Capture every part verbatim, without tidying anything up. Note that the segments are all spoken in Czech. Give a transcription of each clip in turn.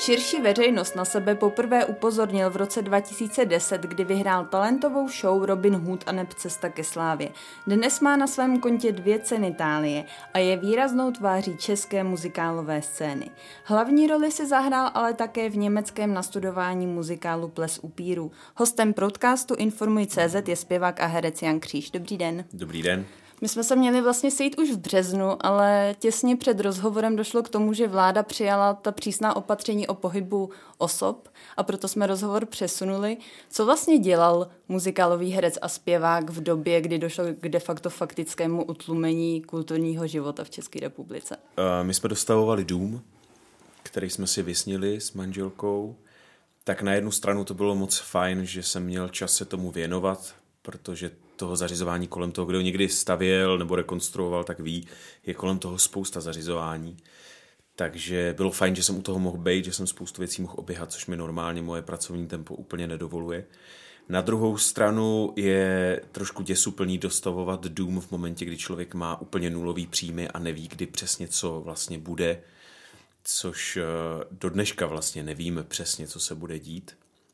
Širší veřejnost na sebe poprvé upozornil v roce dva tisíce deset, kdy vyhrál talentovou show Robin Hood a neb Cesta ke slávě. Dnes má na svém kontě dvě ceny Thálie a je výraznou tváří české muzikálové scény. Hlavní roli si zahrál ale také v německém nastudování muzikálu Ples upírů. Hostem podcastu Informuj tečka cé zet je zpěvák a herec Jan Kříž. Dobrý den. Dobrý den. My jsme se měli vlastně sejít už v březnu, ale těsně před rozhovorem došlo k tomu, že vláda přijala ta přísná opatření o pohybu osob a proto jsme rozhovor přesunuli. Co vlastně dělal muzikálový herec a zpěvák v době, kdy došlo k de facto faktickému utlumení kulturního života v České republice? Uh, my jsme dostavovali dům, který jsme si vysnili s manželkou. Tak na jednu stranu to bylo moc fajn, že jsem měl čas se tomu věnovat, protože toho zařizování kolem toho, kdo někdy stavěl nebo rekonstruoval, tak ví, je kolem toho spousta zařizování. Takže bylo fajn, že jsem u toho mohl být, že jsem spoustu věcí mohl oběhat, což mi normálně moje pracovní tempo úplně nedovoluje. Na druhou stranu je trošku děsuplný dostavovat dům v momentě, kdy člověk má úplně nulový příjmy a neví, kdy přesně co vlastně bude, což do dneška vlastně nevíme přesně, co se bude dít.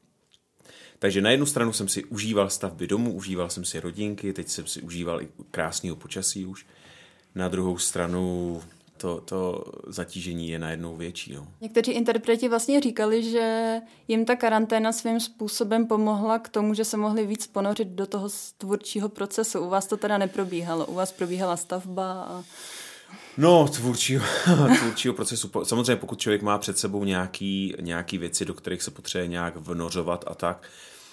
Takže na jednu stranu jsem si užíval stavby domu, užíval jsem si rodinky, teď jsem si užíval i krásného počasí už. Na druhou stranu to, to zatížení je najednou větší. No. Někteří interpreti vlastně říkali, že jim ta karanténa svým způsobem pomohla k tomu, že se mohli víc ponořit do toho tvůrčího procesu. U vás to teda neprobíhalo, u vás probíhala stavba a... No, tvůrčího, tvůrčího procesu. Samozřejmě pokud člověk má před sebou nějaký, nějaký věci, do kterých se potřebuje nějak vnořovat a tak,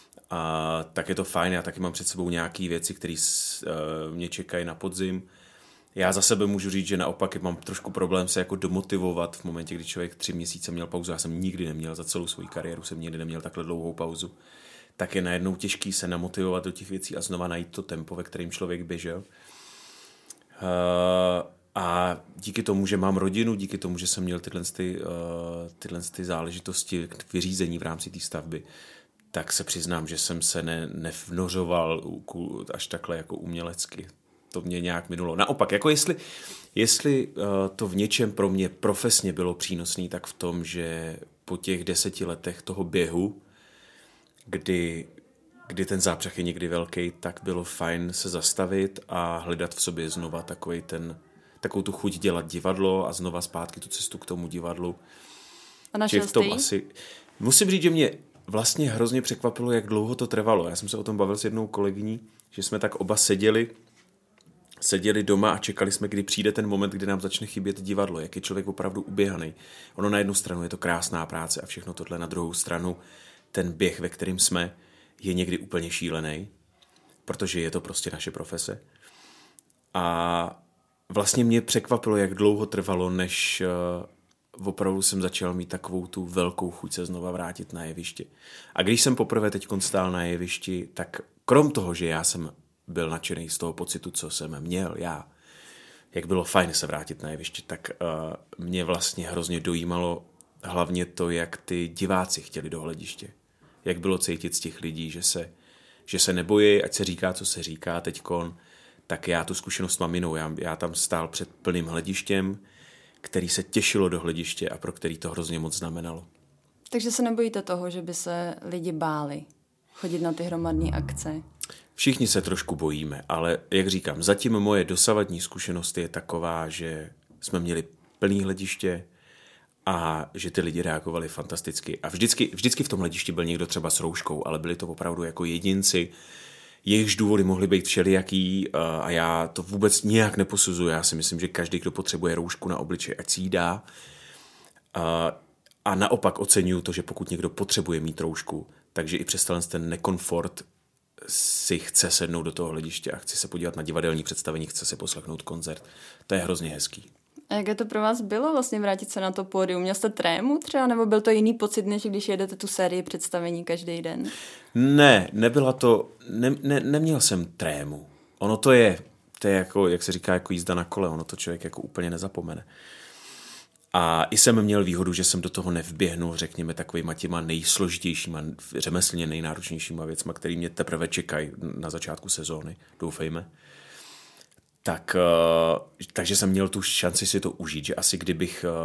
a tak je to fajn. Já taky mám před sebou nějaké věci, které uh, mě čekají na podzim. Já za sebe můžu říct, že naopak mám trošku problém se jako domotivovat v momentě, kdy člověk tři měsíce měl pauzu. Já jsem nikdy neměl, za celou svou kariéru jsem nikdy neměl takhle dlouhou pauzu. Tak je najednou těžký se namotivovat do těch věcí a znova najít to tempo, ve kterém člověk běžel. Uh, A díky tomu, že mám rodinu, díky tomu, že jsem měl tyhle, ty, uh, tyhle ty záležitosti k vyřízení v rámci té stavby, tak se přiznám, že jsem se ne, nevnořoval až takhle jako umělecky. To mě nějak minulo. Naopak, jako jestli, jestli uh, to v něčem pro mě profesně bylo přínosný, tak v tom, že po těch deseti letech toho běhu, kdy, kdy ten zápřah je někdy velký, tak bylo fajn se zastavit a hledat v sobě znova takovej ten takovou tu chuť dělat divadlo a znova zpátky tu cestu k tomu divadlu. A našel jste jí? Asi... Musím říct, že mě vlastně hrozně překvapilo, jak dlouho to trvalo. Já jsem se o tom bavil s jednou kolegyní, že jsme tak oba seděli, seděli doma a čekali jsme, kdy přijde ten moment, kdy nám začne chybět divadlo, jak je člověk opravdu uběhaný. Ono na jednu stranu je to krásná práce a všechno tohle, na druhou stranu ten běh, ve kterým jsme, je někdy úplně šílený, protože je to prostě naše profese. A vlastně mě překvapilo, jak dlouho trvalo, než uh, opravdu jsem začal mít takovou tu velkou chuť se znova vrátit na jeviště. A když jsem poprvé teď stál na jevišti, tak krom toho, že já jsem byl nadšený z toho pocitu, co jsem měl já, jak bylo fajn se vrátit na jeviště, tak uh, mě vlastně hrozně dojímalo hlavně to, jak ty diváci chtěli do hlediště. Jak bylo cítit z těch lidí, že se, že se nebojí, ať se říká, co se říká teďkon, tak já tu zkušenost mám jinou. Já, já tam stál před plným hledištěm, který se těšilo do hlediště a pro který to hrozně moc znamenalo. Takže se nebojíte toho, že by se lidi báli chodit na ty hromadné akce? Všichni se trošku bojíme, ale jak říkám, zatím moje dosavadní zkušenost je taková, že jsme měli plný hlediště a že ty lidi reagovali fantasticky. A vždycky, vždycky v tom hledišti byl někdo třeba s rouškou, ale byli to opravdu jako jedinci, jejichž důvody mohly být všelijaký a já to vůbec nijak neposuzuji. Já si myslím, že každý, kdo potřebuje roušku na obličeji, ať si ji dá. A naopak oceňuju to, že pokud někdo potřebuje mít roušku, takže i přes ten nekomfort si chce sednout do toho hlediště a chce se podívat na divadelní představení, chce si poslechnout koncert. To je hrozně hezký. A jak to pro vás bylo vlastně vrátit se na to pódium? Měl jste trému třeba, nebo byl to jiný pocit, než když jedete tu sérii představení každý den? Ne, nebyla to, ne, ne, neměl jsem trému. Ono to je, to je jako, jak se říká, jako jízda na kole, ono to člověk jako úplně nezapomene. A i jsem měl výhodu, že jsem do toho nevběhnul, řekněme, takovýma těma nejsložitějšíma, řemeslně nejnáročnějšíma věcma, který mě teprve čekají na začátku sezóny, doufejme. Tak, takže jsem měl tu šanci si to užít, že asi kdybych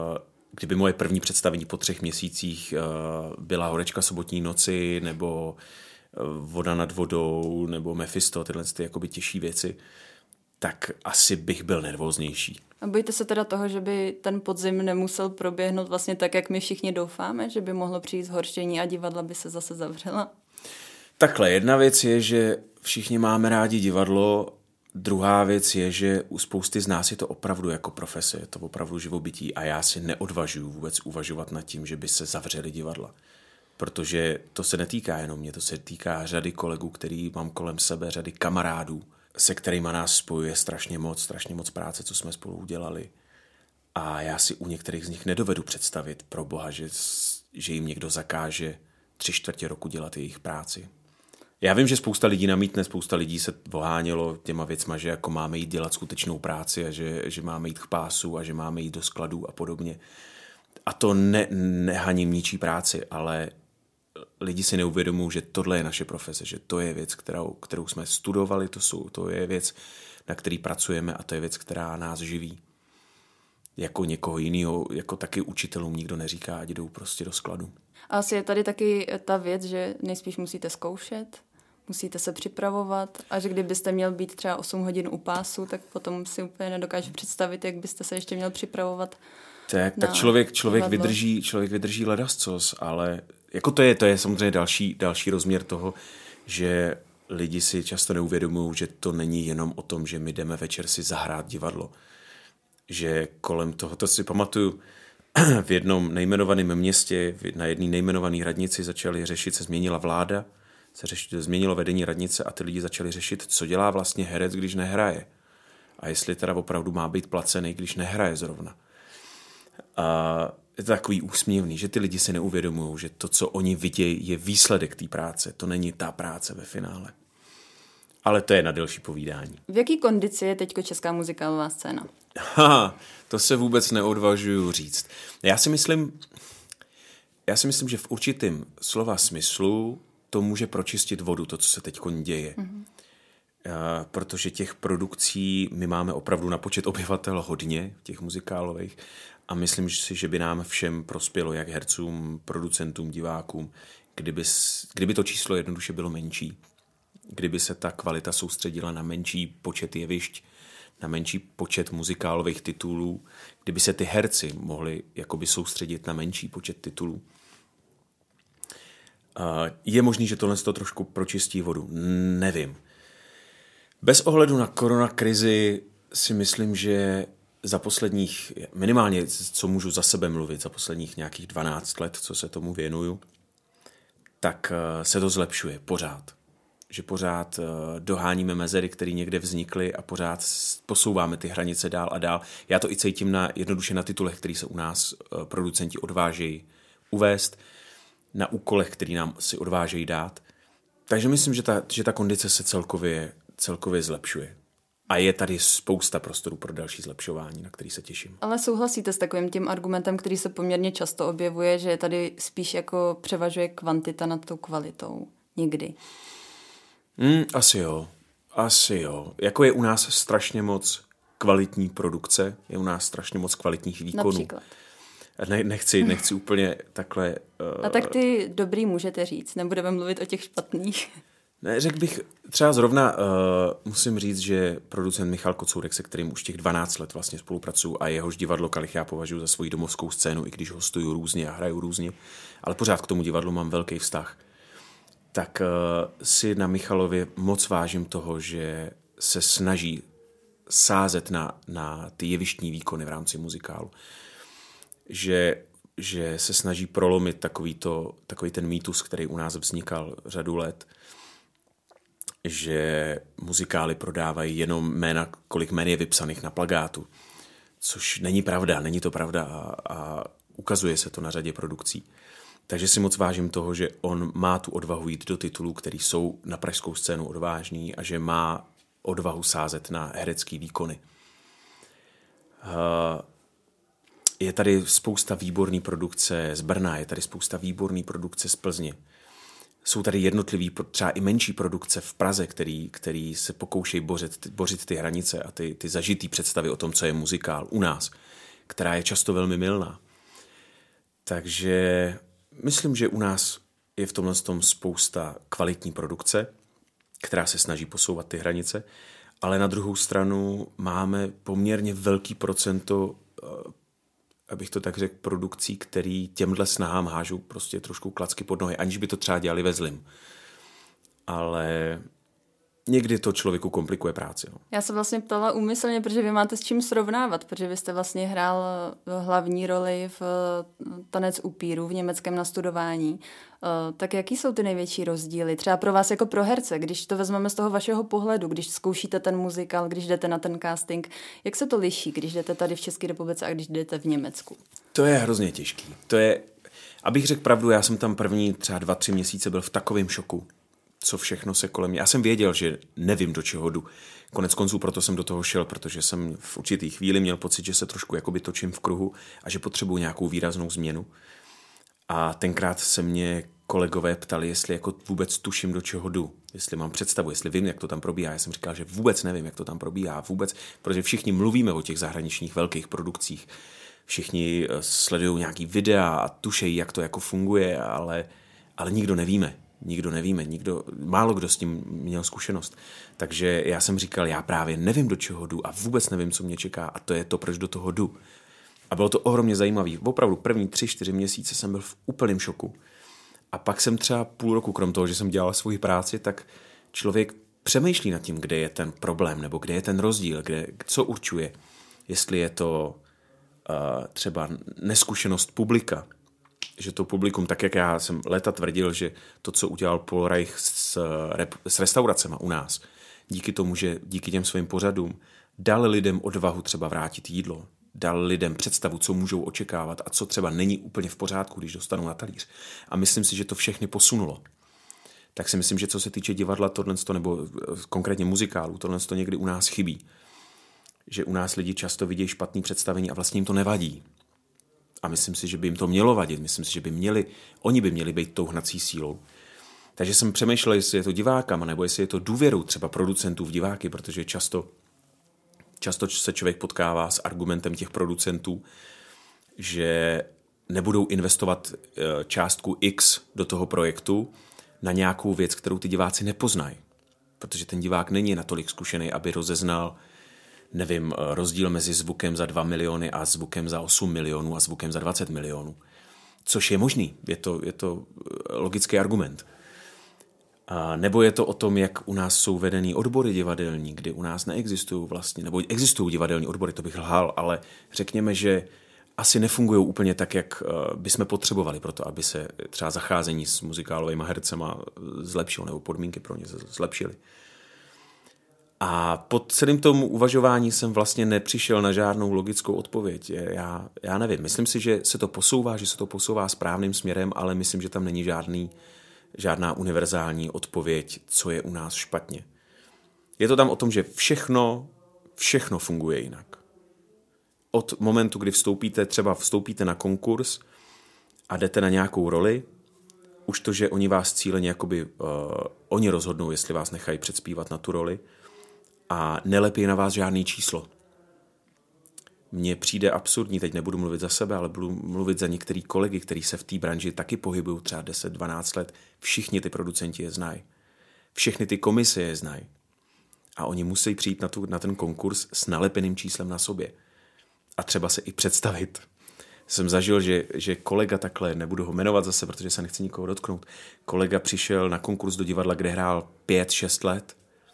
kdyby moje první představení po třech měsících byla Horečka sobotní noci, nebo Voda nad vodou, nebo Mephisto, tyhle ty jakoby těžší věci, tak asi bych byl nervóznější. A bojíte se teda toho, že by ten podzim nemusel proběhnout vlastně tak, jak my všichni doufáme, že by mohlo přijít zhoršení a divadla by se zase zavřela? Takhle, jedna věc je, že všichni máme rádi divadlo, druhá věc je, že u spousty z nás je to opravdu jako profese, je to opravdu živobytí a já si neodvažuju vůbec uvažovat nad tím, že by se zavřeli divadla. Protože to se netýká jenom mě, to se týká řady kolegů, který mám kolem sebe, řady kamarádů, se kterýma nás spojuje strašně moc, strašně moc práce, co jsme spolu udělali. A já si u některých z nich nedovedu představit, pro boha, že, že jim někdo zakáže tři čtvrtě roku dělat jejich práci. Já vím, že spousta lidí namítne, spousta lidí se ohánělo těma věcma, že jako máme jít dělat skutečnou práci a že, že máme jít k pásu a že máme jít do skladů a podobně. A to ne, nehaním ničí práci, ale lidi si neuvědomují, že tohle je naše profese, že to je věc, kterou, kterou jsme studovali, to, jsou, to je věc, na který pracujeme a to je věc, která nás živí. Jako někoho jiného, jako taky učitelům nikdo neříká, ať jdou prostě do skladu. A asi je tady taky ta věc, že nejspíš musíte zkoušet, musíte se připravovat a že kdybyste měl být třeba osm hodin u pásu, tak potom si úplně nedokážu představit, jak byste se ještě měl připravovat. Tak, tak člověk, člověk vydrží, člověk vydrží ledascos, ale jako to je, to je samozřejmě další, další rozměr toho, že lidi si často neuvědomují, že to není jenom o tom, že my jdeme večer si zahrát divadlo. Že kolem toho, to si pamatuju, v jednom nejmenovaném městě, na jedné nejmenované radnici začali řešit, se změnila vláda, se řešit, změnilo vedení radnice a ty lidi začali řešit, co dělá vlastně herec, když nehraje. A jestli teda opravdu má být placený, když nehraje zrovna. A je to takový úsměvný, že ty lidi si neuvědomují, že to, co oni vidějí, je výsledek té práce. To není ta práce ve finále. Ale to je na delší povídání. V jaký kondici je teďko česká muzikálová scéna? Ha, to se vůbec neodvažuju říct. Já si myslím, já si myslím, že v určitém slova smyslu to může pročistit vodu, to, co se teďko děje. Mm-hmm. A, protože těch produkcí my máme opravdu na počet obyvatel hodně, těch muzikálových, a myslím si, že by nám všem prospělo, jak hercům, producentům, divákům, kdyby, kdyby to číslo jednoduše bylo menší. Kdyby se ta kvalita soustředila na menší počet jevišť, na menší počet muzikálových titulů, kdyby se ty herci mohli jakoby soustředit na menší počet titulů. Je možný, že tohle to trošku pročistí vodu. Nevím. Bez ohledu na koronakrizi si myslím, že za posledních, minimálně co můžu za sebe mluvit, za posledních nějakých dvanáct let, co se tomu věnuju, tak se to zlepšuje pořád. Že pořád doháníme mezery, které někde vznikly a pořád posouváme ty hranice dál a dál. Já to i cítím na, jednoduše na titulech, který se u nás producenti odvážejí uvést, na úkolech, který nám si odvážejí dát. Takže myslím, že ta, že ta kondice se celkově, celkově zlepšuje. A je tady spousta prostoru pro další zlepšování, na který se těším. Ale souhlasíte s takovým tím argumentem, který se poměrně často objevuje, že tady spíš jako převažuje kvantita nad tou kvalitou? Někdy. Hmm, asi jo. Asi jo. Jako je u nás strašně moc kvalitní produkce, je u nás strašně moc kvalitních výkonů. Například. Ne, nechci, nechci úplně takhle... Uh... A tak ty dobrý můžete říct, nebudeme mluvit o těch špatných. Ne, řekl bych, třeba zrovna uh, musím říct, že producent Michal Kocourek, se kterým už těch dvanáct let vlastně spolupracuju a jehož divadlo Kalich já považuji za svoji domovskou scénu, i když hostuju různě a hraju různě, ale pořád k tomu divadlu mám velký vztah. Tak uh, si na Michalově moc vážím toho, že se snaží sázet na, na ty jevištní výkony v rámci muzikálu. Že, že se snaží prolomit takový, to, takový ten mýtus, který u nás vznikal řadu let, že muzikály prodávají jenom jména, kolik jmen je vypsaných na plakátu. Což není pravda, není to pravda a, a ukazuje se to na řadě produkcí. Takže si moc vážím toho, že on má tu odvahu jít do titulů, který jsou na pražskou scénu odvážný a že má odvahu sázet na herecký výkony. Je tady spousta výborný produkce z Brna, je tady spousta výborný produkce z Plzně. Jsou tady jednotlivý, třeba i menší produkce v Praze, který, který se pokoušejí bořit, bořit ty hranice a ty, ty zažitý představy o tom, co je muzikál u nás, která je často velmi mylná. Takže myslím, že u nás je v tomhle tom spousta kvalitní produkce, která se snaží posouvat ty hranice, ale na druhou stranu máme poměrně velký procento, abych to tak řekl, produkcí, který těmhle snahám hážou prostě trošku klacky pod nohy, aniž by to třeba dělali ve zlým. Ale někdy to člověku komplikuje práci. No. Já se vlastně ptala úmyslně, protože vy máte s čím srovnávat, protože vy jste vlastně hrál hlavní roli v Tanec upíru v německém nastudování. Tak jaký jsou ty největší rozdíly? Třeba pro vás jako pro herce, když to vezmeme z toho vašeho pohledu, když zkoušíte ten muzikál, když jdete na ten casting, jak se to liší, když jdete tady v České republice a když jdete v Německu? To je hrozně těžký. To je, abych řekl pravdu, já jsem tam první třeba dva, tři měsíce byl v takovém šoku, co všechno se kolem mě. Já jsem věděl, že nevím, do čeho jdu. Konec konců proto jsem do toho šel, protože jsem v určitý chvíli měl pocit, že se trošku jakoby točím v kruhu a že potřebuji nějakou výraznou změnu. A tenkrát se mě kolegové ptali, jestli jako vůbec tuším, do čeho jdu, jestli mám představu, jestli vím, jak to tam probíhá. Já jsem říkal, že vůbec nevím, jak to tam probíhá, vůbec, protože všichni mluvíme o těch zahraničních velkých produkcích. Všichni sledují nějaký videa a tušejí, jak to jako funguje, ale, ale nikdo nevíme. Nikdo nevíme, nikdo, málo kdo s tím měl zkušenost. Takže já jsem říkal, já právě nevím, do čeho jdu a vůbec nevím, co mě čeká a to je to, proč do toho jdu. A bylo to ohromně zajímavé. Opravdu první tři, čtyři měsíce jsem byl v úplném šoku. A pak jsem třeba půl roku, krom toho, že jsem dělal svoji práci, tak člověk přemýšlí nad tím, kde je ten problém nebo kde je ten rozdíl, kde, co určuje. Jestli je to uh, třeba neskušenost publika, že to publikum, tak jak já jsem léta tvrdil, že to, co udělal Paul Reich s, s restauracema u nás, díky tomu, že díky těm svým pořadům dal lidem odvahu třeba vrátit jídlo, dal lidem představu, co můžou očekávat a co třeba není úplně v pořádku, když dostanou na talíř. A myslím si, že to všechny posunulo. Tak si myslím, že co se týče divadla, tohle, nebo konkrétně muzikálu, tohle to někdy u nás chybí. Že u nás lidi často vidějí špatný představení a vlastně jim to nevadí. A myslím si, že by jim to mělo vadit. Myslím si, že by měli, oni by měli být tou hnací sílou. Takže jsem přemýšlel, jestli je to divákama, nebo jestli je to důvěrou třeba producentů v diváky, protože často, často se člověk potkává s argumentem těch producentů, že nebudou investovat částku X do toho projektu na nějakou věc, kterou ty diváci nepoznají. Protože ten divák není natolik zkušený, aby rozeznal, nevím, rozdíl mezi zvukem za dva miliony a zvukem za osm milionů a zvukem za dvacet milionů. Což je možný, je to, je to logický argument. A nebo je to o tom, jak u nás jsou vedený odbory divadelní, kdy u nás neexistují vlastně, nebo existují divadelní odbory, to bych lhal, ale řekněme, že asi nefungují úplně tak, jak bychom potřebovali pro to, aby se třeba zacházení s muzikálovými hercema zlepšilo, nebo podmínky pro ně zlepšily. A po celém tomu uvažování jsem vlastně nepřišel na žádnou logickou odpověď. Já, já nevím, myslím si, že se to posouvá, že se to posouvá správným směrem, ale myslím, že tam není žádný, žádná univerzální odpověď, co je u nás špatně. Je to tam o tom, že všechno, všechno funguje jinak. Od momentu, kdy vstoupíte, třeba vstoupíte na konkurs a jdete na nějakou roli, už to, že oni vás cíleně, jakoby, uh, oni rozhodnou, jestli vás nechají předspívat na tu roli, a nelepí na vás žádný číslo. Mně přijde absurdní, teď nebudu mluvit za sebe, ale budu mluvit za některý kolegy, kteří se v té branži taky pohybují třeba deset dvanáct let. Všichni ty producenti je znají. Všechny ty komise je znají. A oni musí přijít na, tu, na ten konkurs s nalepeným číslem na sobě. A třeba se i představit. Jsem zažil, že, že kolega takhle, nebudu ho jmenovat zase, protože se nechci nikoho dotknout, kolega přišel na konkurs do divadla, kde hrál pět šest let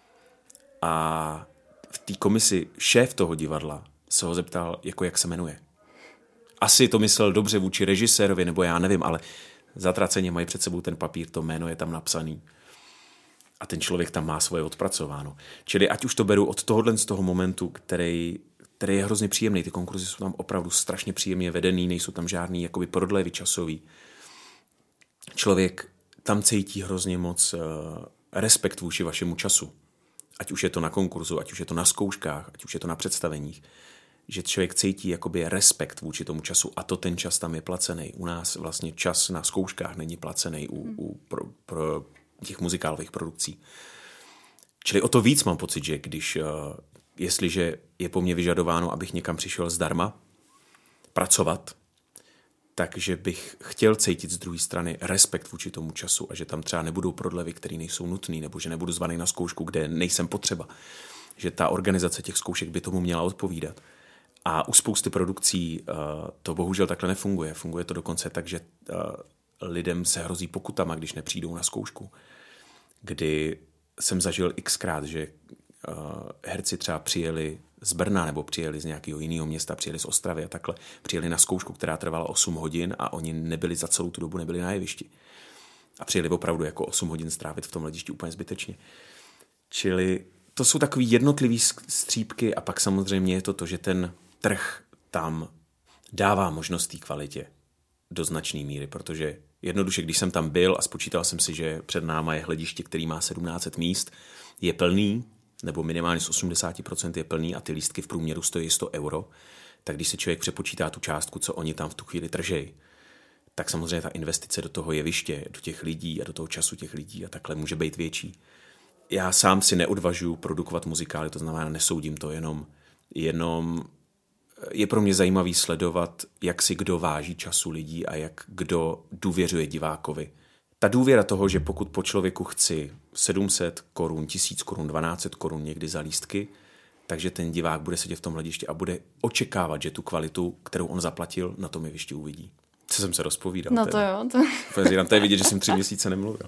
a v té komisi šéf toho divadla se ho zeptal, jako jak se jmenuje. Asi to myslel dobře vůči režisérovi, nebo já nevím, ale zatraceně mají před sebou ten papír, to jméno je tam napsaný. A ten člověk tam má svoje odpracováno. Čili ať už to beru od tohohle z toho momentu, který, který je hrozně příjemný, ty konkurzy jsou tam opravdu strašně příjemně vedený, nejsou tam žádný jakoby prodlevy časový. Člověk tam cítí hrozně moc uh, respekt vůči vašemu času. Ať už je to na konkurzu, ať už je to na zkouškách, ať už je to na představeních, že člověk cítí jakoby respekt vůči tomu času a to ten čas tam je placený. U nás vlastně čas na zkouškách není placený u, u pro, pro těch muzikálových produkcí. Čili o to víc mám pocit, že když, jestliže je po mně vyžadováno, abych někam přišel zdarma pracovat, takže bych chtěl cítit z druhé strany respekt vůči tomu času a že tam třeba nebudou prodlevy, které nejsou nutné, nebo že nebudu zvaný na zkoušku, kde nejsem potřeba. Že ta organizace těch zkoušek by tomu měla odpovídat. A u spousty produkcí uh, to bohužel takhle nefunguje. Funguje to dokonce tak, že uh, lidem se hrozí pokutama, když nepřijdou na zkoušku. Kdy jsem zažil xkrát, že uh, herci třeba přijeli z Brna nebo přijeli z nějakého jiného města, přijeli z Ostravy a takhle, přijeli na zkoušku, která trvala osm hodin a oni nebyli za celou tu dobu, nebyli na jevišti. A přijeli opravdu jako osm hodin strávit v tom letišti úplně zbytečně. Čili to jsou takový jednotlivý střípky a pak samozřejmě je to to, že ten trh tam dává možnost té kvalitě do značné míry, protože jednoduše, když jsem tam byl a spočítal jsem si, že před náma je hlediště, který má sedmnáct set míst, je plný, nebo minimálně z osmdesát procent je plný a ty lístky v průměru stojí sto euro, tak když se člověk přepočítá tu částku, co oni tam v tu chvíli držej, tak samozřejmě ta investice do toho jeviště, do těch lidí a do toho času těch lidí a takhle může být větší. Já sám si neodvažuji produkovat muzikály, to znamená, nesoudím to, jenom, jenom je pro mě zajímavý sledovat, jak si kdo váží času lidí a jak kdo důvěřuje divákovi. Ta důvěra toho, že pokud po člověku chci sedm set korun, tisíc korun, dvanáct set korun někdy za lístky, takže ten divák bude sedět v tom hledišti a bude očekávat, že tu kvalitu, kterou on zaplatil, na tom jevišti uvidí. Co jsem se rozpovídal. No to jo. To... to je vidět, že jsem tři měsíce nemluvil.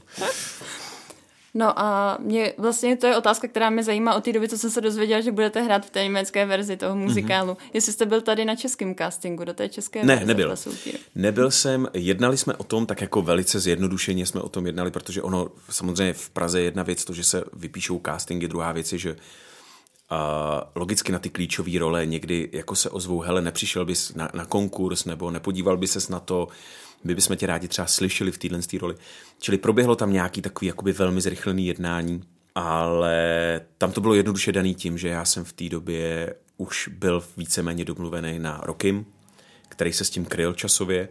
No a mě vlastně to je otázka, která mě zajímá od té doby, co jsem se dozvěděla, že budete hrát v té německé verzi toho muzikálu. Mm-hmm. Jestli jste byl tady na českém castingu, do té české ne, verze. Ne, nebyl. Nebyl jsem, jednali jsme o tom, tak jako velice zjednodušeně jsme o tom jednali, protože ono samozřejmě v Praze je jedna věc, to, že se vypíšou castingy, druhá věc je, že a logicky na ty klíčové role někdy jako se ozvou, hele, nepřišel bys na, na konkurs, nebo nepodíval by ses na to, my bychom tě rádi třeba slyšeli v téhle roli. Čili proběhlo tam nějaký takový jakoby velmi zrychlený jednání, ale tam to bylo jednoduše daný tím, že já jsem v té době už byl víceméně domluvený na Rokim, který se s tím kryl časově,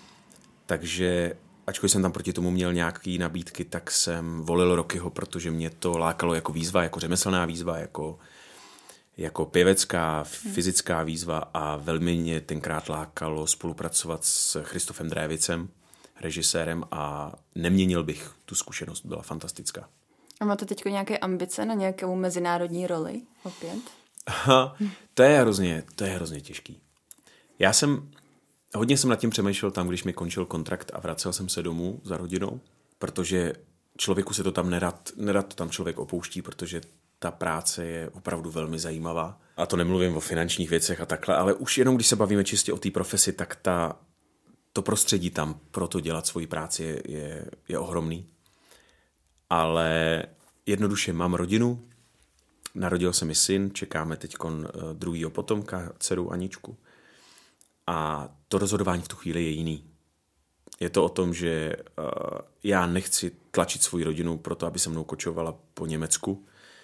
takže ačkoliv jsem tam proti tomu měl nějaké nabídky, tak jsem volil Rockyho, protože mě to lákalo jako výzva, jako řemeslná výzva, jako, jako pěvecká, fyzická výzva a velmi mě tenkrát lákalo spolupracovat s Christofem Drévicem, režisérem a neměnil bych tu zkušenost, byla fantastická. A máte teď nějaké ambice na nějakou mezinárodní roli opět? Aha, to je hrozně, to je hrozně těžký. Já jsem... Hodně jsem nad tím přemýšlel tam, když mi končil kontrakt a vracel jsem se domů za rodinou, protože člověku se to tam nerad, nerad to tam člověk opouští, protože ta práce je opravdu velmi zajímavá. A to nemluvím o finančních věcech a takhle, ale už jenom když se bavíme čistě o té profesi, tak ta, to prostředí tam pro to dělat svoji práci je, je, je ohromný. Ale jednoduše mám rodinu, narodil se mi syn, čekáme teď druhýho potomka, dceru Aničku. A to rozhodování v tu chvíli je jiný. Je to o tom, že uh, já nechci tlačit svou rodinu proto, aby se mnou kočovala po Německu.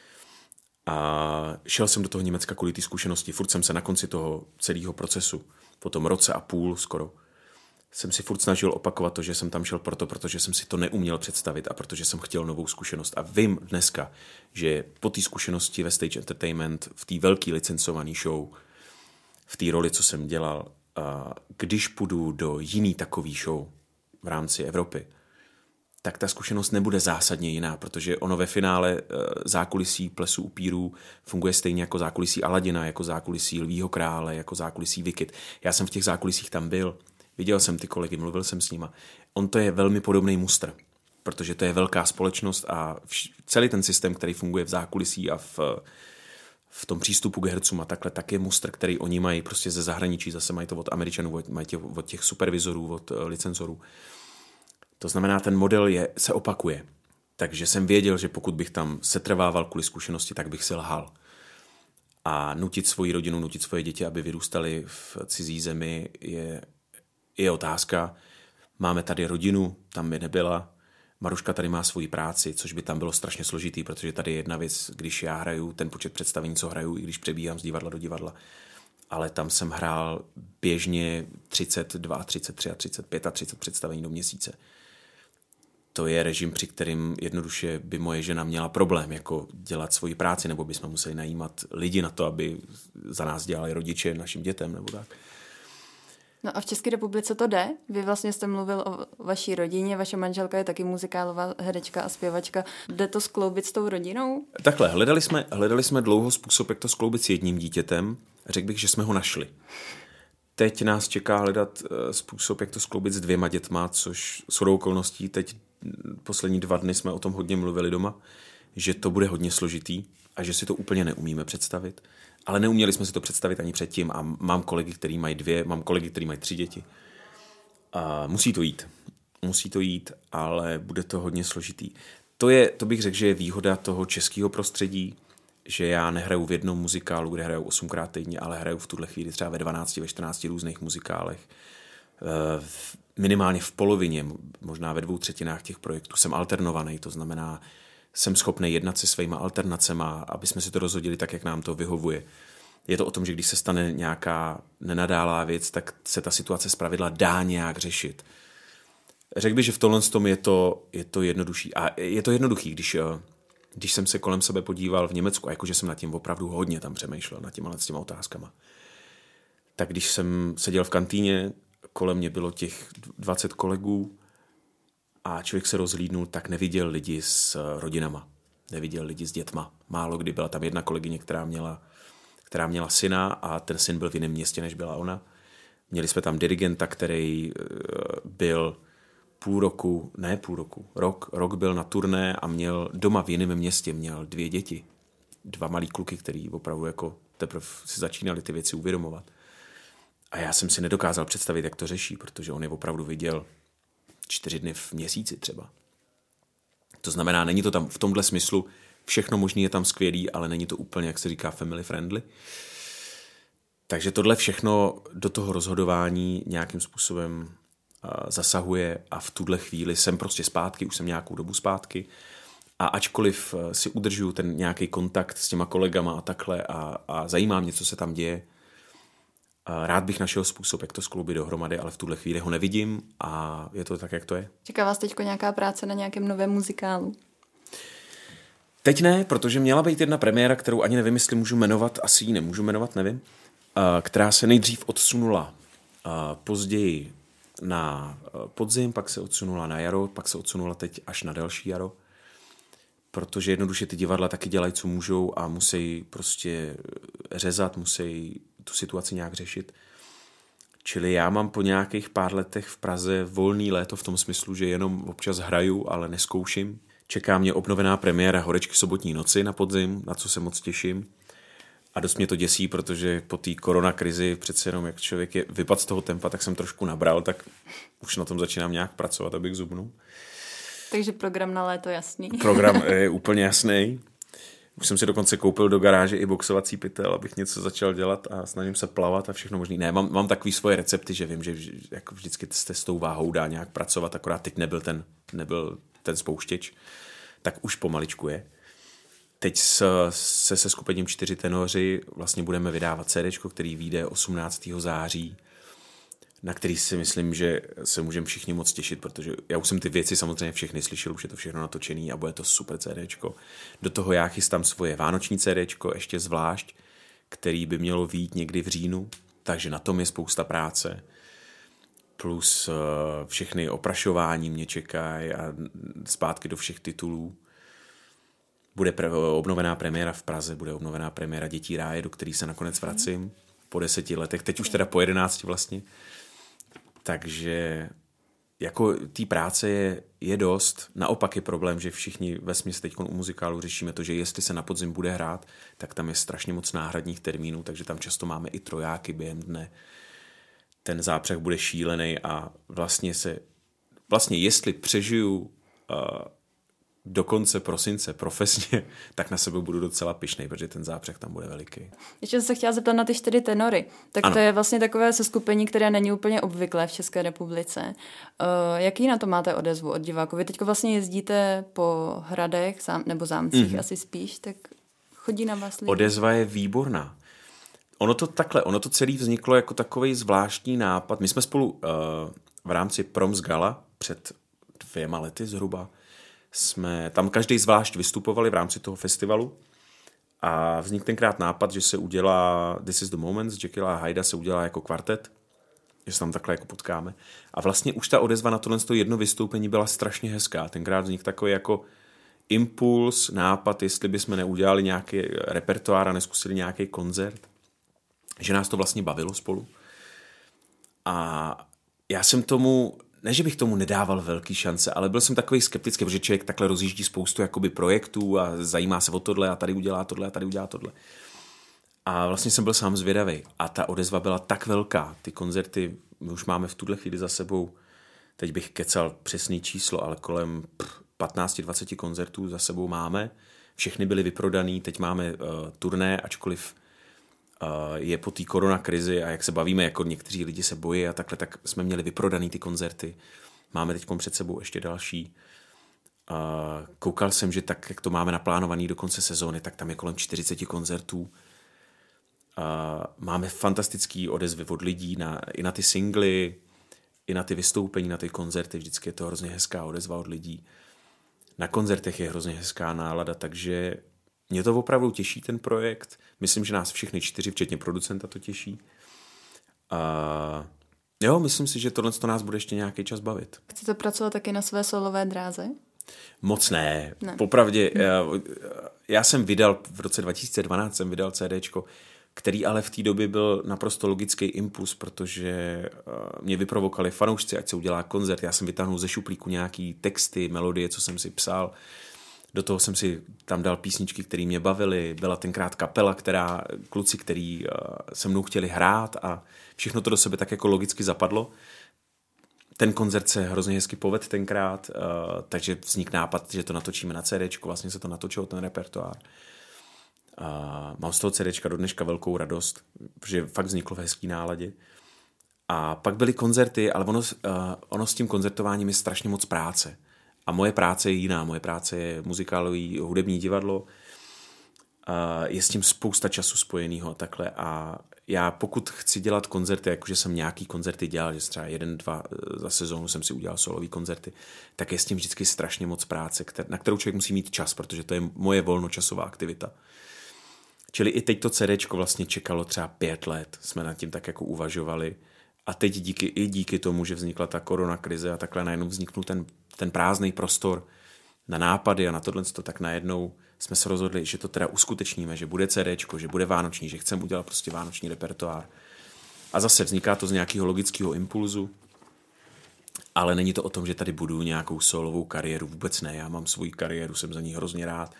A šel jsem do toho Německa kvůli té zkušenosti. Furt jsem se na konci toho celého procesu, po tom roce a půl skoro, jsem si furt snažil opakovat to, že jsem tam šel proto, protože jsem si to neuměl představit a protože jsem chtěl novou zkušenost. A vím dneska, že po té zkušenosti ve Stage Entertainment, v té velké licencované show, v té roli, co jsem dělal, a když půjdu do jiný takový show v rámci Evropy, tak ta zkušenost nebude zásadně jiná, protože ono ve finále zákulisí Plesu upírů funguje stejně jako zákulisí Aladina, jako zákulisí Lvího krále, jako zákulisí Wicked. Já jsem v těch zákulisích tam byl, viděl jsem ty kolegy, mluvil jsem s nima. On to je velmi podobný mustr, protože to je velká společnost a vš- celý ten systém, který funguje v zákulisí a v v tom přístupu k hercům a takhle, tak je mustr, který oni mají prostě ze zahraničí, zase mají to od Američanů, mají to od těch supervizorů, od licencorů. To znamená, ten model je, se opakuje. Takže jsem věděl, že pokud bych tam setrvával kvůli zkušenosti, tak bych se lhal. A nutit svoji rodinu, nutit svoje děti, aby vyrůstali v cizí zemi, je, je otázka. Máme tady rodinu, tam by nebyla. Maruška tady má svoji práci, což by tam bylo strašně složitý, protože tady je jedna věc, když já hraju ten počet představení, co hraju, i když přebíhám z divadla do divadla. Ale tam jsem hrál běžně třicet dva, třicet tři, třicet pět a třicet představení do měsíce. To je režim, při kterým jednoduše by moje žena měla problém jako dělat svoji práci, nebo bychom museli najímat lidi na to, aby za nás dělali rodiče našim dětem, nebo tak. No a v České republice to jde? Vy vlastně jste mluvil o vaší rodině, vaše manželka je taky muzikálová herečka a zpěvačka. Jde to skloubit s tou rodinou? Takhle, hledali jsme, hledali jsme dlouho způsob, jak to skloubit s jedním dítětem. Řekl bych, že jsme ho našli. Teď nás čeká hledat způsob, jak to skloubit s dvěma dětma, což shodou okolností teď poslední dva dny jsme o tom hodně mluvili doma, že to bude hodně složitý a že si to úplně neumíme představit. Ale neuměli jsme si to představit ani předtím a mám kolegy, který mají dvě, mám kolegy, který mají tři děti. A musí to jít. Musí to jít, ale bude to hodně složitý. To je, to bych řekl, že je výhoda toho českého prostředí, že já nehraju v jednom muzikálu, kde hraju osmkrát týdně, ale hraju v tuhle chvíli třeba ve dvanácti, ve čtrnácti různých muzikálech. Minimálně v polovině, možná ve dvou třetinách těch projektů jsem alternovaný, to znamená, jsem schopný jednat se svýma alternacema, aby jsme si to rozhodili tak, jak nám to vyhovuje. Je to o tom, že když se stane nějaká nenadálá věc, tak se ta situace zpravidla dá nějak řešit. Řekl bych, že v tomhle tom je to, je to jednodušší. A je to jednoduchý, když, když jsem se kolem sebe podíval v Německu, a jakože jsem nad tím opravdu hodně tam přemýšlel, nad těma, nad těma otázkama. Tak když jsem seděl v kantýně, kolem mě bylo těch dvacet kolegů, a člověk se rozhlídnul, tak neviděl lidi s rodinama, neviděl lidi s dětma. Málo kdy byla tam jedna kolegyně, která měla, která měla syna a ten syn byl v jiném městě, než byla ona. Měli jsme tam dirigenta, který byl půl roku, ne půl roku, rok, rok byl na turné a měl doma v jiném městě, měl dvě děti. Dva malí kluky, který opravdu jako teprve si začínali ty věci uvědomovat. A já jsem si nedokázal představit, jak to řeší, protože on je opravdu viděl čtyři dny v měsíci třeba. To znamená, není to tam v tomhle smyslu, všechno možný je tam skvělý, ale není to úplně, jak se říká, family friendly. Takže tohle všechno do toho rozhodování nějakým způsobem uh, zasahuje a v tuhle chvíli jsem prostě zpátky, už jsem nějakou dobu zpátky a ačkoliv uh, si udržuju ten nějaký kontakt s těma kolegama a takhle a, a zajímá mě, co se tam děje, rád bych našel způsob, jak to skloubit dohromady, ale v tuhle chvíli ho nevidím a je to tak, jak to je. Čeká vás teďko nějaká práce na nějakém novém muzikálu? Teď ne, protože měla být jedna premiéra, kterou ani nevím, jestli můžu jmenovat, asi ji nemůžu jmenovat, nevím, která se nejdřív odsunula později na podzim, pak se odsunula na jaro, pak se odsunula teď až na další jaro, protože jednoduše ty divadla taky dělají, co můžou a musí prostě řezat, musí tu situaci nějak řešit. Čili já mám po nějakých pár letech v Praze volný léto v tom smyslu, že jenom občas hraju, ale neskouším. Čeká mě obnovená premiéra Horečky sobotní noci na podzim, na co se moc těším. A dost mě to děsí, protože po té koronakrizi přece jenom, jak člověk je vypad z toho tempa, tak jsem trošku nabral, tak už na tom začínám nějak pracovat, abych zubnul. Takže program na léto jasný. Program je úplně jasný. Už jsem si dokonce koupil do garáže i boxovací pytel, abych něco začal dělat a snažím se plavat a všechno možný. Ne, mám, mám takový svoje recepty, že vím, že jako vždycky se s tou váhou dá nějak pracovat, akorát teď nebyl ten, nebyl ten spouštěč, tak už pomaličku je. Teď se se, se skupením Čtyři tenoři vlastně budeme vydávat cédéčko, který vyjde osmnáctého září, na který si myslím, že se můžeme všichni moc těšit, protože já už jsem ty věci samozřejmě všechny slyšel, už je to všechno natočený a bude to super cédéčko. Do toho já chystám svoje vánoční cédéčko, ještě zvlášť, který by mělo vyjít někdy v říjnu, takže na tom je spousta práce. Plus všechny oprašování mě čekají a zpátky do všech titulů. Bude pre- obnovená premiéra v Praze, bude obnovená premiéra Dětí ráje, do který se nakonec vracím po deseti letech, teď už teda po jedenácti vlastně. Takže jako té práce je, je dost. Naopak je problém, že všichni vesměs teď u muzikálu řešíme to, že jestli se na podzim bude hrát, tak tam je strašně moc náhradních termínů, takže tam často máme i trojáky během dne. Ten zápřeh bude šílený a vlastně se, vlastně jestli přežiju uh, do konce prosince profesně, tak na sebe budu docela pyšnej, protože ten zápřeh tam bude veliký. Ještě jsem se chtěla zeptat na ty čtyři tenory. Tak ano. To je vlastně takové seskupení, které není úplně obvyklé v České republice. Uh, jaký na to máte odezvu od diváků? Vy teď vlastně jezdíte po hradech zám, nebo zámcích mm-hmm. asi spíš, tak chodí na vás lidi? Odezva je výborná. Ono to takhle, ono to celé vzniklo jako takovej zvláštní nápad. My jsme spolu uh, v rámci Proms Gala před dvěma lety zhruba jsme tam každý zvlášť vystupovali v rámci toho festivalu a vznikl tenkrát nápad, že se udělá This is the Moment, z Jekylla a Hyda se udělá jako kvartet že se tam takhle jako potkáme. A vlastně už ta odezva na tohle jedno vystoupení byla strašně hezká. Tenkrát vznikl takový jako impuls, nápad, jestli bychom neudělali nějaký repertoár a neskusili nějaký koncert. Že nás to vlastně bavilo spolu. A já jsem tomu, ne, že bych tomu nedával velký šance, ale byl jsem takový skeptický, protože člověk takhle rozjíždí spoustu jakoby projektů a zajímá se o tohle a tady udělá tohle a tady udělá tohle. A vlastně jsem byl sám zvědavý. A ta odezva byla tak velká. Ty koncerty my už máme v tuhle chvíli za sebou, teď bych kecal přesný číslo, ale kolem patnáct dvacet koncertů za sebou máme. Všechny byly vyprodaný, teď máme uh, turné, ačkoliv uh, je po té koronakrizi a jak se bavíme, jako někteří lidi se bojí a takhle, tak jsme měli vyprodaný ty koncerty. Máme teď před sebou ještě další. Uh, koukal jsem, že tak, jak to máme naplánovaný do konce sezóny, tak tam je kolem čtyřicet koncertů. Uh, máme fantastický odezvy od lidí na, i na ty singly, i na ty vystoupení, na ty koncerty. Vždycky je to hrozně hezká odezva od lidí. Na koncertech je hrozně hezká nálada, takže mě to opravdu těší ten projekt. Myslím, že nás všechny čtyři, včetně producenta, to těší. Uh, jo, myslím si, že tohle to nás bude ještě nějaký čas bavit. Chcete pracovat taky na své solové dráze? Moc ne. ne. Popravdě, já, já jsem vydal, v roce dva tisíce dvanáct jsem vydal CDčko, který ale v té době byl naprosto logický impuls, protože mě vyprovokali fanoušci, ať se udělá koncert. Já jsem vytáhnul ze šuplíku nějaký texty, melodie, co jsem si psal. Do toho jsem si tam dal písničky, které mě bavily. Byla tenkrát kapela, která, kluci, který se mnou chtěli hrát a všechno to do sebe tak jako logicky zapadlo. Ten koncert se hrozně hezky povedl tenkrát, takže vznikl nápad, že to natočíme na CDčku, vlastně se to natočilo, ten repertoár. A mám z toho CDčka do dneška velkou radost, protože fakt vzniklo v hezký náladě. A pak byly koncerty, ale ono, uh, ono s tím koncertováním je strašně moc práce. A moje práce je jiná. Moje práce je muzikálový hudební divadlo. Uh, je s tím spousta času spojenýho a takhle. A já pokud chci dělat koncerty, jakože jsem nějaký koncerty dělal, že třeba jeden, dva za sezónu jsem si udělal solový koncerty, tak je s tím vždycky strašně moc práce, na kterou člověk musí mít čas, protože to je moje volnočasová aktivita. Čili i teď to CDčko vlastně čekalo třeba pět let, jsme nad tím tak jako uvažovali a teď díky, i díky tomu, že vznikla ta koronakrize a takhle najednou vzniknul ten, ten prázdný prostor na nápady a na tohle, tak najednou jsme se rozhodli, že to teda uskutečníme, že bude CDčko, že bude vánoční, že chceme udělat prostě vánoční repertoár. A zase vzniká to z nějakého logického impulzu, ale není to o tom, že tady budu nějakou solovou kariéru, vůbec ne, já mám svou kariéru, jsem za ní hrozně rád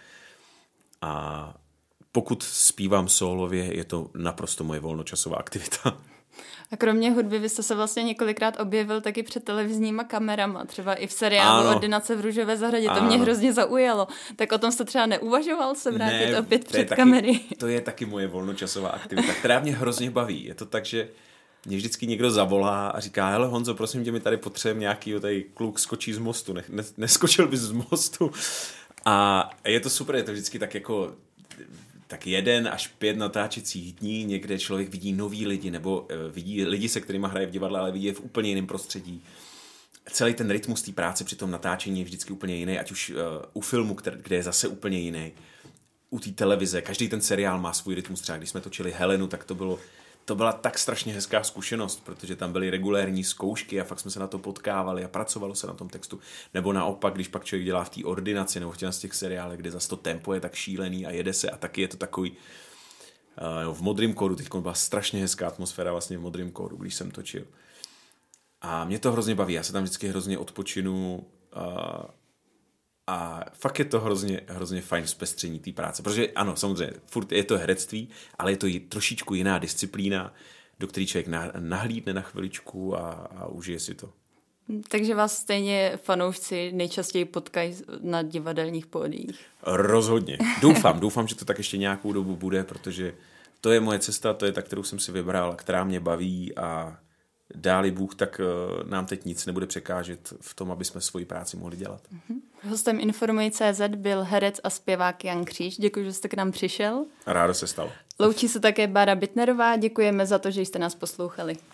a pokud zpívám sólově, je to naprosto moje volnočasová aktivita. A kromě hudby vy jste se vlastně několikrát objevil taky před televizníma kamerama, třeba i v seriálu ano. Ordinace v Růžové zahradě, to ano. mě hrozně zaujalo. Tak o tom jste třeba neuvažoval se vrátit ne, opět před taky, kamery? To je taky moje volnočasová aktivita, která mě hrozně baví. Je to tak, že mě vždycky někdo zavolá a říká, hele Honzo, prosím tě, mi tady potřebujeme nějakýho tady kluk skočí z mostu, ne, ne, neskočil bys z mostu. A je to super, je to vždycky tak jako... tak jeden až pět natáčecích dní, někde člověk vidí nový lidi, nebo vidí lidi, se kterými hraje v divadle, ale vidí je v úplně jiném prostředí. Celý ten rytmus té práce při tom natáčení je vždycky úplně jiný, ať už uh, u filmu, který, kde je zase úplně jiný. U té televize, každý ten seriál má svůj rytmus. Třeba když jsme točili Helenu, tak to bylo to byla tak strašně hezká zkušenost, protože tam byly regulérní zkoušky a fakt jsme se na to potkávali a pracovalo se na tom textu. Nebo naopak, když pak člověk dělá v té ordinaci nebo v těch seriálech, kde zase to tempo je tak šílený a jede se a taky je to takový uh, v Modrým kódu, teď byla strašně hezká atmosféra vlastně v Modrým kódu, když jsem točil. A mě to hrozně baví, já se tam vždycky hrozně odpočinu uh, a fakt je to hrozně, hrozně fajn zpestření té práce, protože ano, samozřejmě, furt je to herectví, ale je to trošičku jiná disciplína, do které člověk nahlídne na chviličku a, a užije si to. Takže vás stejně fanoušci nejčastěji potkají na divadelních pódiích. Rozhodně. Doufám, doufám, že to tak ještě nějakou dobu bude, protože to je moje cesta, to je ta, kterou jsem si vybral, která mě baví a dáli Bůh, tak nám teď nic nebude překážet v tom, aby jsme svoji práci mohli dělat. Uh-huh. Hostem Informuj tečka cé zet byl herec a zpěvák Jan Kříž. Děkuji, že jste k nám přišel. Rádo se stalo. Loučí se také Bára Bittnerová. Děkujeme za to, že jste nás poslouchali.